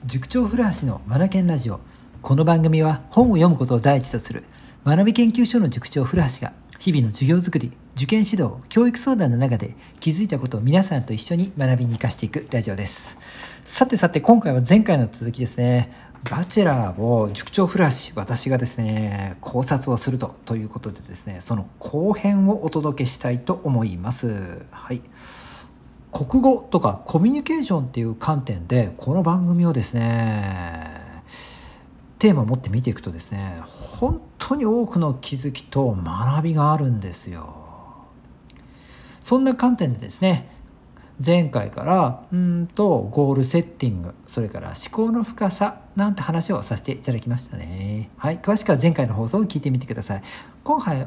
塾長古橋のマナケンラジオ。この番組は本を読むことを第一とする学び研究所の塾長古橋が日々の授業づくり、受験指導、教育相談の中で気づいたことを皆さんと一緒に学びに生かしていくラジオです。さて今回は前回の続きですね。バチェラーを塾長古橋、私がですね考察をするということでですね、その後編をお届けしたいと思います。はい。国語とかコミュニケーションっていう観点でこの番組をですねテーマを持って見ていくとですね、本当に多くの気づきと学びがあるんですよ。そんな観点でですね、前回からゴールセッティング、それから思考の深さなんて話をさせていただきましたね。はい、詳しくは前回の放送を聞いてみてください。今回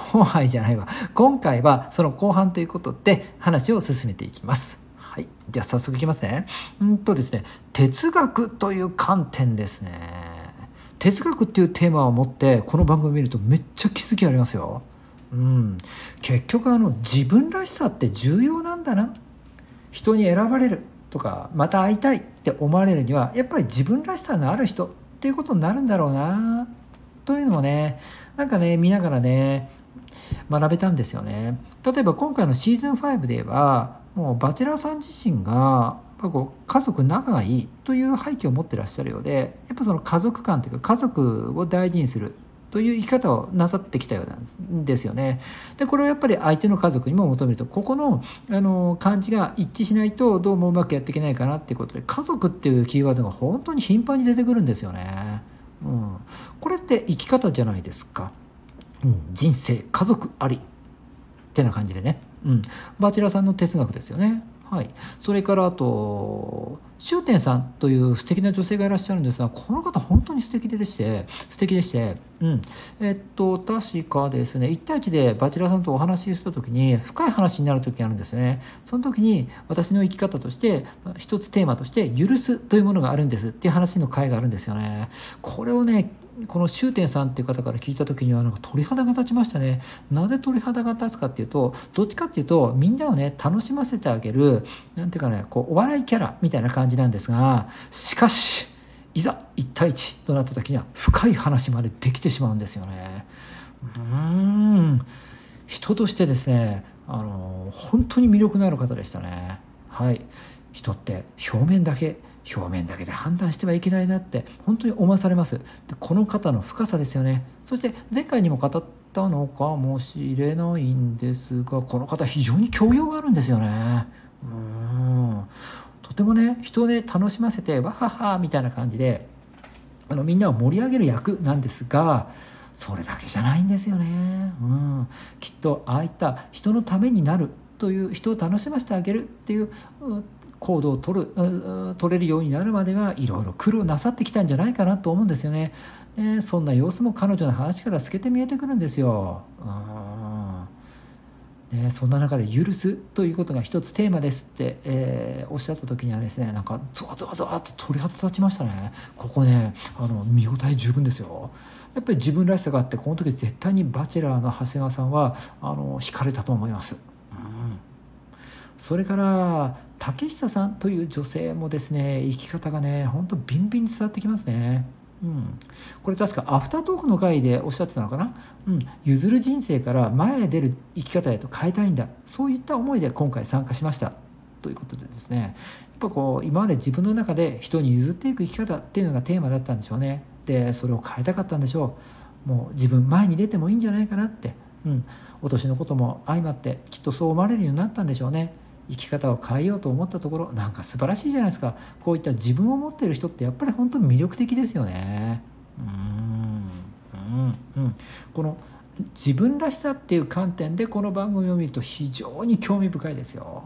はその後半ということで話を進めていきます。はい、じゃあ早速いきますね。ですね、哲学という観点ですね。哲学っていうテーマを持ってこの番組を見るとめっちゃ気づきありますよ。結局自分らしさって重要なんだな、人に選ばれるとかまた会いたいって思われるにはやっぱり自分らしさのある人っていうことになるんだろうなというのもね、見ながらね学べたんですよね。例えば今回のシーズン5ではもうバチェラーさん自身が家族仲がいいという背景を持ってらっしゃるようで、やっぱその家族観というか家族を大事にするという生き方をなさってきたようなんですよね。でこれをやっぱり相手の家族にも求めると、ここの感じが一致しないとどうもうまくやっていけないかなっていうことで、家族っていうキーワードが本当に頻繁に出てくるんですよね。これって生き方じゃないですか。人生家族ありってな感じでね、バチェラーさんの哲学ですよね。はい、それからあと終天さんという素敵な女性がいらっしゃるんですが、この方本当に素敵でして、確かですね1対1でバチェラーさんとお話しした時に深い話になる時があるんですよね。その時に私の生き方として一つテーマとして許すというものがあるんですっていう話の回があるんですよね。これをねこの終天さんっていう方から聞いた時には鳥肌が立ちましたね。なぜ鳥肌が立つかっていうと、どっちかっていうとみんなをね楽しませてあげるお笑いキャラみたいな感じなんですが、しかしいざ1対1となった時には深い話までできてしまうんですよね。人としてですね本当に魅力のある方でしたね。はい、人って表面だけで判断してはいけないなって本当に思わされます。でこの方の深さですよね。そして前回にも語ったのかもしれないんですが、この方非常に教養があるんですよね。とてもね人をね楽しませてわははみたいな感じでみんなを盛り上げる役なんですが、それだけじゃないんですよね。きっとああいった人のためになるという、人を楽しませてあげるっていう行動を取れるようになるまではいろいろ苦労なさってきたんじゃないかなと思うんですよね。そんな様子も彼女の話から透けて見えてくるんですよ。そんな中で許すということが一つテーマですって、おっしゃった時にはですね、ゾワゾワゾワっと鳥肌立ちましたね。ここね見応え十分ですよ。やっぱり自分らしさがあって、この時絶対にバチェラーの長谷川さんは惹かれたと思います。それから竹下さんという女性もですね、生き方がね本当ビンビンに伝わってきますね。これ確かアフタートークの回でおっしゃってたのかな。譲る人生から前へ出る生き方へと変えたいんだ、そういった思いで今回参加しましたということでですね、やっぱ今まで自分の中で人に譲っていく生き方っていうのがテーマだったんでしょうね。でそれを変えたかったんでしょう。もう自分前に出てもいいんじゃないかなって、お年のことも相まってきっとそう思われるようになったんでしょうね。生き方を変えようと思ったところ、素晴らしいじゃないですか。こういった自分を持っている人ってやっぱり本当に魅力的ですよね。この自分らしさっていう観点でこの番組を見ると非常に興味深いですよ。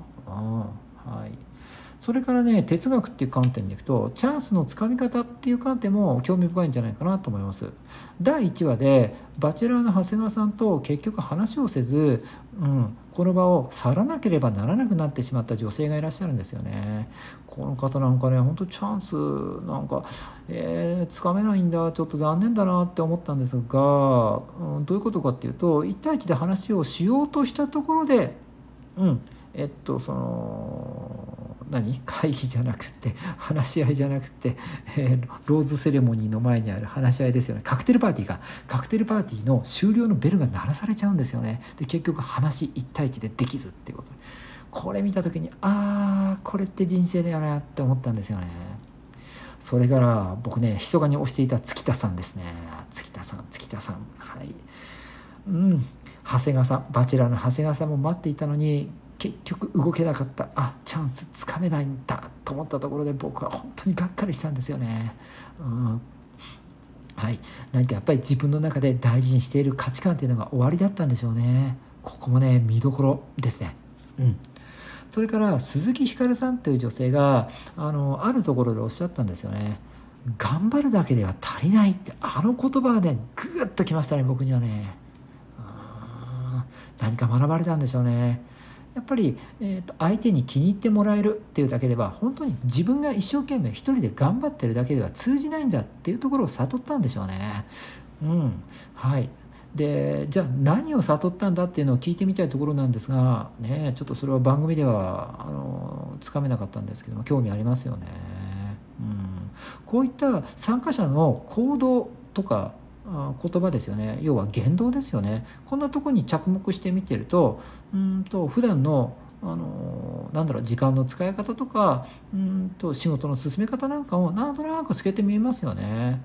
それからね哲学っていう観点でいくとチャンスのつかみ方っていう観点も興味深いんじゃないかなと思います。第1話でバチェラーの長谷川さんと結局話をせず、この場を去らなければならなくなってしまった女性がいらっしゃるんですよね。この方本当チャンスつかめないんだ、ちょっと残念だなって思ったんですが、どういうことかっていうと1対1で話をしようとしたところで会議じゃなくて話し合いじゃなくて、ローズセレモニーの前にある話し合いですよね。カクテルパーティーの終了のベルが鳴らされちゃうんですよね。で結局話1対1でできずっていうことで、これ見た時にこれって人生だよなって思ったんですよね。それから僕ね、密かに推していた月田さんですね。月田さん、はい、長谷川さん、バチェラーの長谷川さんも待っていたのに結局動けなかった。チャンスつかめないんだと思ったところで僕は本当にがっかりしたんですよね。はい、何かやっぱり自分の中で大事にしている価値観っていうのが終わりだったんでしょうね。ここもね、見どころですね。それから鈴木ひかるさんという女性があるところでおっしゃったんですよね。頑張るだけでは足りないって、言葉はねグッときましたね、僕にはね。何か学ばれたんでしょうね。やっぱり、相手に気に入ってもらえるっていうだけでは、本当に自分が一生懸命一人で頑張ってるだけでは通じないんだっていうところを悟ったんでしょうね。はい。でじゃあ何を悟ったんだっていうのを聞いてみたいところなんですがね、ちょっとそれは番組ではつかめなかったんですけども、興味ありますよね。こういった参加者の行動とか言葉ですよね。要は言動ですよね。こんなところに着目してみてると普段の時間の使い方とか仕事の進め方なんかをなんとなく透けて見えますよね。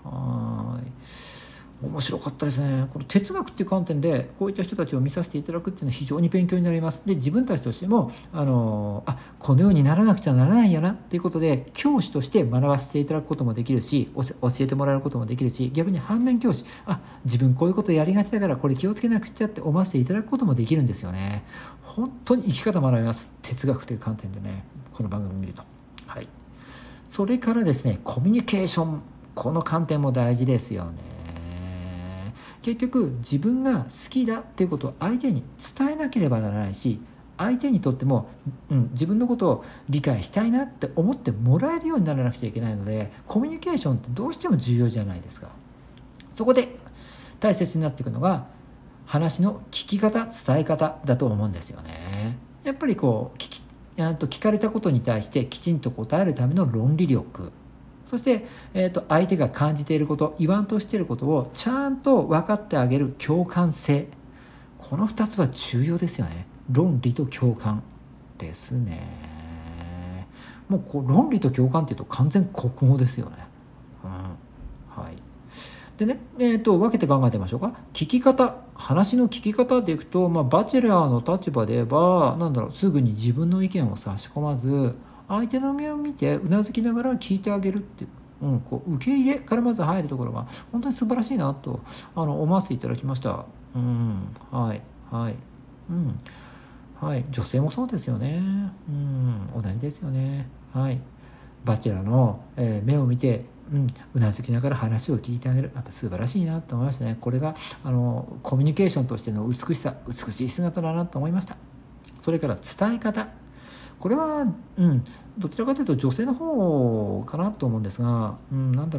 面白かったですね。この哲学っていう観点でこういった人たちを見させていただくっていうのは非常に勉強になります。で自分たちとしてもこのようにならなくちゃならないよなっていうことで教師として学ばせていただくこともできるし、教えてもらえることもできるし、逆に反面教師自分こういうことやりがちだからこれ気をつけなくちゃって思わせていただくこともできるんですよね。本当に生き方学びます。哲学という観点でね、この番組を見ると。はい。それからですね、コミュニケーション、この観点も大事ですよね。結局自分が好きだっていうことを相手に伝えなければならないし、相手にとっても、自分のことを理解したいなって思ってもらえるようにならなくちゃいけないので、コミュニケーションってどうしても重要じゃないですか。そこで大切になっていくのが話の聞き方、伝え方だと思うんですよね。やっぱり聞かれたことに対してきちんと答えるための論理力、そして、相手が感じていること、言わんとしていることをちゃんと分かってあげる共感性、この2つは重要ですよね。論理と共感ですね。もう論理と共感っていうと完全国語ですよね。はい。でね、分けて考えてみましょうか。聞き方、話の聞き方でいくと、バチェラーの立場で言えばすぐに自分の意見を差し込まず、相手の目を見てうなずきながら聞いてあげるっていう、受け入れからまず入るところが本当に素晴らしいなと思わせていただきました。はいはいはい、女性もそうですよね。同じですよね。はい。バチェラーの、目を見てうなずきながら話を聞いてあげる、やっぱ素晴らしいなと思いましたね。これがコミュニケーションとしての美しい姿だなと思いました。それから伝え方、これは、どちらかというと女性の方かなと思うんですが、例えば今日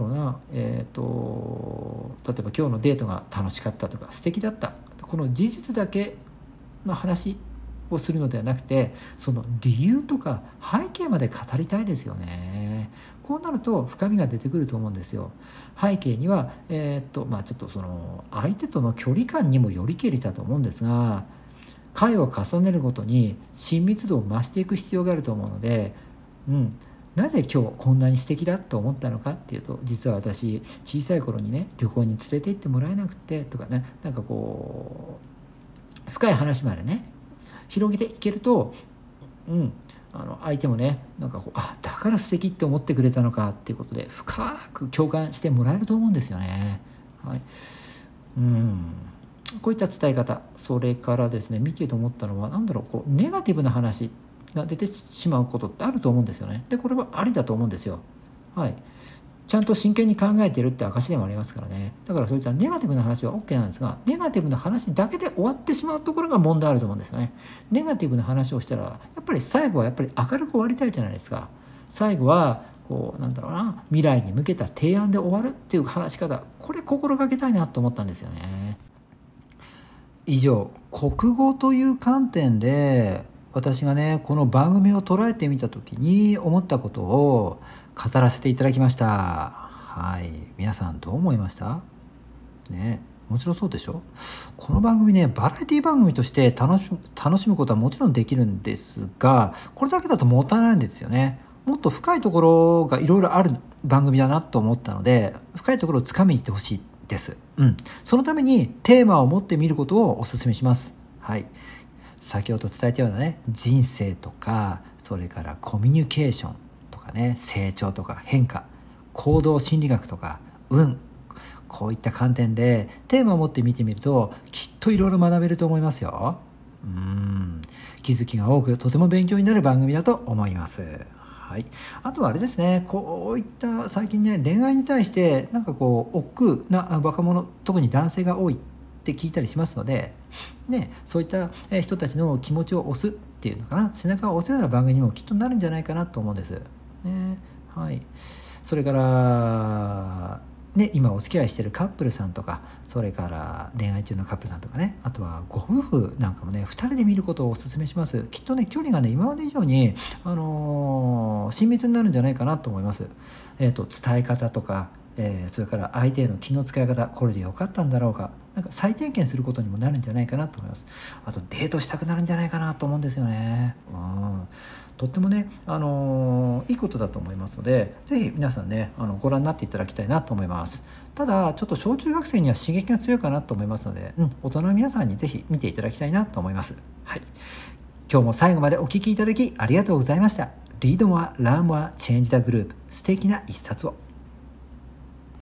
のデートが楽しかったとか素敵だった、この事実だけの話をするのではなくて、その理由とか背景まで語りたいですよね。こうなると深みが出てくると思うんですよ。背景には、ちょっとその相手との距離感にもよりけりだと思うんですが、回を重ねるごとに親密度を増していく必要があると思うので、なぜ今日こんなに素敵だと思ったのかっていうと、実は私小さい頃にね、旅行に連れて行ってもらえなくてとかね、深い話までね広げていけると、相手もねだから素敵って思ってくれたのかっていうことで深く共感してもらえると思うんですよね。はい。こういった伝え方、それからですね、見てて思ったのはネガティブな話が出てしまうことってあると思うんですよね。でこれはありだと思うんですよ。はい。ちゃんと真剣に考えているって証でもありますからね。だからそういったネガティブな話は OK なんですが、ネガティブな話だけで終わってしまうところが問題あると思うんですよね。ネガティブな話をしたらやっぱり最後は明るく終わりたいじゃないですか。最後は未来に向けた提案で終わるっていう話し方、これ心がけたいなと思ったんですよね。以上、国語という観点で私がねこの番組を捉えてみた時に思ったことを語らせていただきました。はい、皆さんどう思いましたね。面白そうでしょ。この番組ね、バラエティ番組として楽しむことはもちろんできるんですが、これだけだともったいないんですよね。もっと深いところがいろいろある番組だなと思ったので、深いところをつかみに行ってほしいです。そのためにテーマを持ってみることをお勧めします。はい。先ほど伝えたようなね、人生とか、それからコミュニケーションとかね、成長とか変化、行動心理学とか運、こういった観点でテーマを持って見てみるときっといろいろ学べると思いますよ。気づきが多くとても勉強になる番組だと思います。はい、あとはあれですね、こういった最近ね恋愛に対してなんかこう億劫な若者、特に男性が多いって聞いたりしますので、ね、そういった人たちの気持ちを押すっていうのかな、背中を押すような番組にもきっとなるんじゃないかなと思うんです。ね、はい。それからね、今お付き合いしてるカップルさんとか、それから恋愛中のカップルさんとかね、あとはご夫婦なんかもね、2人で見ることをお勧めします。きっとね、距離がね、今まで以上に、親密になるんじゃないかなと思います。伝え方とか、それから相手への気の使い方、これで良かったんだろうか、なんか再点検することにもなるんじゃないかなと思います。あとデートしたくなるんじゃないかなと思うんですよね。とってもね、いいことだと思いますので、ぜひ皆さんねご覧になっていただきたいなと思います。ただちょっと小中学生には刺激が強いかなと思いますので、大人の皆さんにぜひ見ていただきたいなと思います。はい、今日も最後までお聞きいただきありがとうございました。 Read more, learn more, change the group。 素敵な一冊を。